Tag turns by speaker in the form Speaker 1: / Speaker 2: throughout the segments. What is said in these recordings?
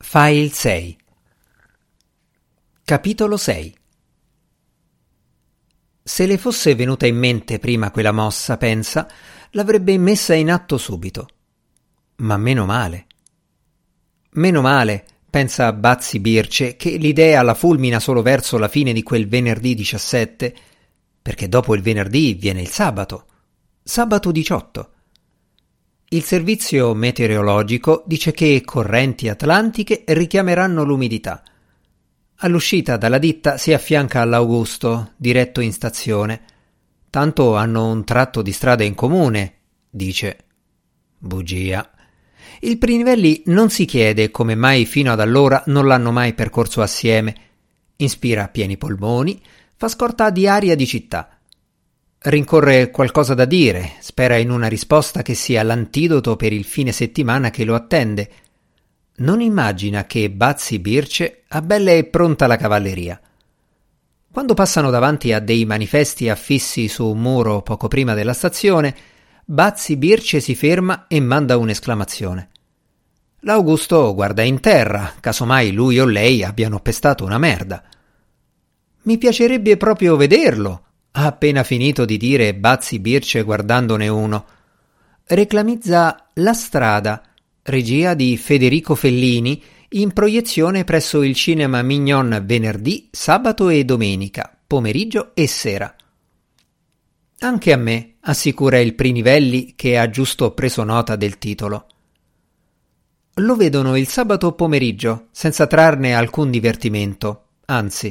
Speaker 1: File 6. Capitolo 6. Se le fosse venuta in mente prima quella mossa, pensa, l'avrebbe messa in atto subito. Ma meno male. Meno male, pensa Bazzi Birce, che l'idea la fulmina solo verso la fine di quel venerdì 17, perché dopo il venerdì viene il sabato 18. Il servizio meteorologico dice che correnti atlantiche richiameranno l'umidità. All'uscita dalla ditta si affianca all'Augusto, diretto in stazione. Tanto hanno un tratto di strada in comune, dice. Bugia. Il Prinivelli non si chiede come mai fino ad allora non l'hanno mai percorso assieme. Inspira a pieni polmoni, fa scorta di aria di città. Rincorre qualcosa da dire, spera in una risposta che sia l'antidoto per il fine settimana che lo attende. Non immagina che Bazzi Birce ha bella e pronta la cavalleria. Quando passano davanti a dei manifesti affissi su un muro poco prima della stazione, Bazzi Birce si ferma e manda un'esclamazione. L'Augusto guarda in terra, casomai lui o lei abbiano pestato una merda. Mi piacerebbe proprio vederlo, ha appena finito di dire Bazzi Birce guardandone uno. Reclamizza La strada, regia di Federico Fellini, in proiezione presso il Cinema Mignon venerdì, sabato e domenica, pomeriggio e sera. Anche a me, assicura il Prinivelli, che ha giusto preso nota del titolo. Lo vedono il sabato pomeriggio, senza trarne alcun divertimento, anzi.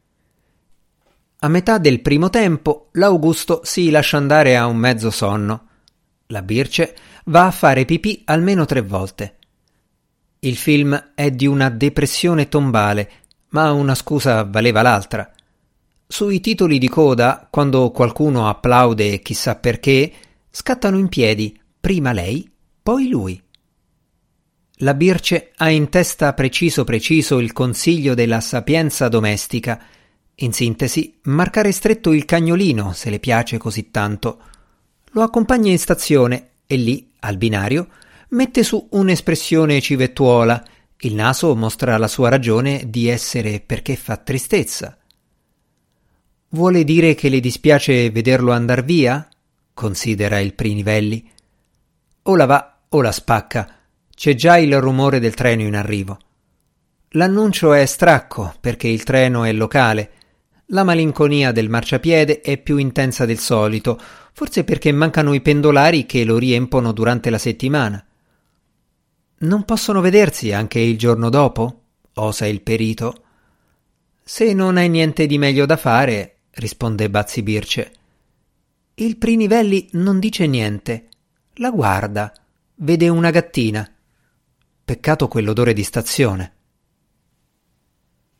Speaker 1: A metà del primo tempo, l'Augusto si lascia andare a un mezzo sonno. La Birce va a fare pipì almeno 3 volte. Il film è di una depressione tombale, ma una scusa valeva l'altra. Sui titoli di coda, quando qualcuno applaude chissà perché, scattano in piedi prima lei, poi lui. La Birce ha in testa preciso il consiglio della sapienza domestica. In sintesi, marcare stretto il cagnolino se le piace così tanto. Lo accompagna in stazione e lì, al binario, mette su un'espressione civettuola. Il naso mostra la sua ragione di essere perché fa tristezza. Vuole dire che le dispiace vederlo andar via? Considera il Prinivelli. O la va o la spacca. C'è già il rumore del treno in arrivo. L'annuncio è stracco perché il treno è locale. La malinconia del marciapiede è più intensa del solito, forse perché mancano i pendolari che lo riempono durante la settimana. Non possono vedersi anche il giorno dopo? Osa il perito. Se non hai niente di meglio da fare, risponde Bazzi Birce. Il Prinivelli non dice niente. La guarda. Vede una gattina. Peccato quell'odore di stazione.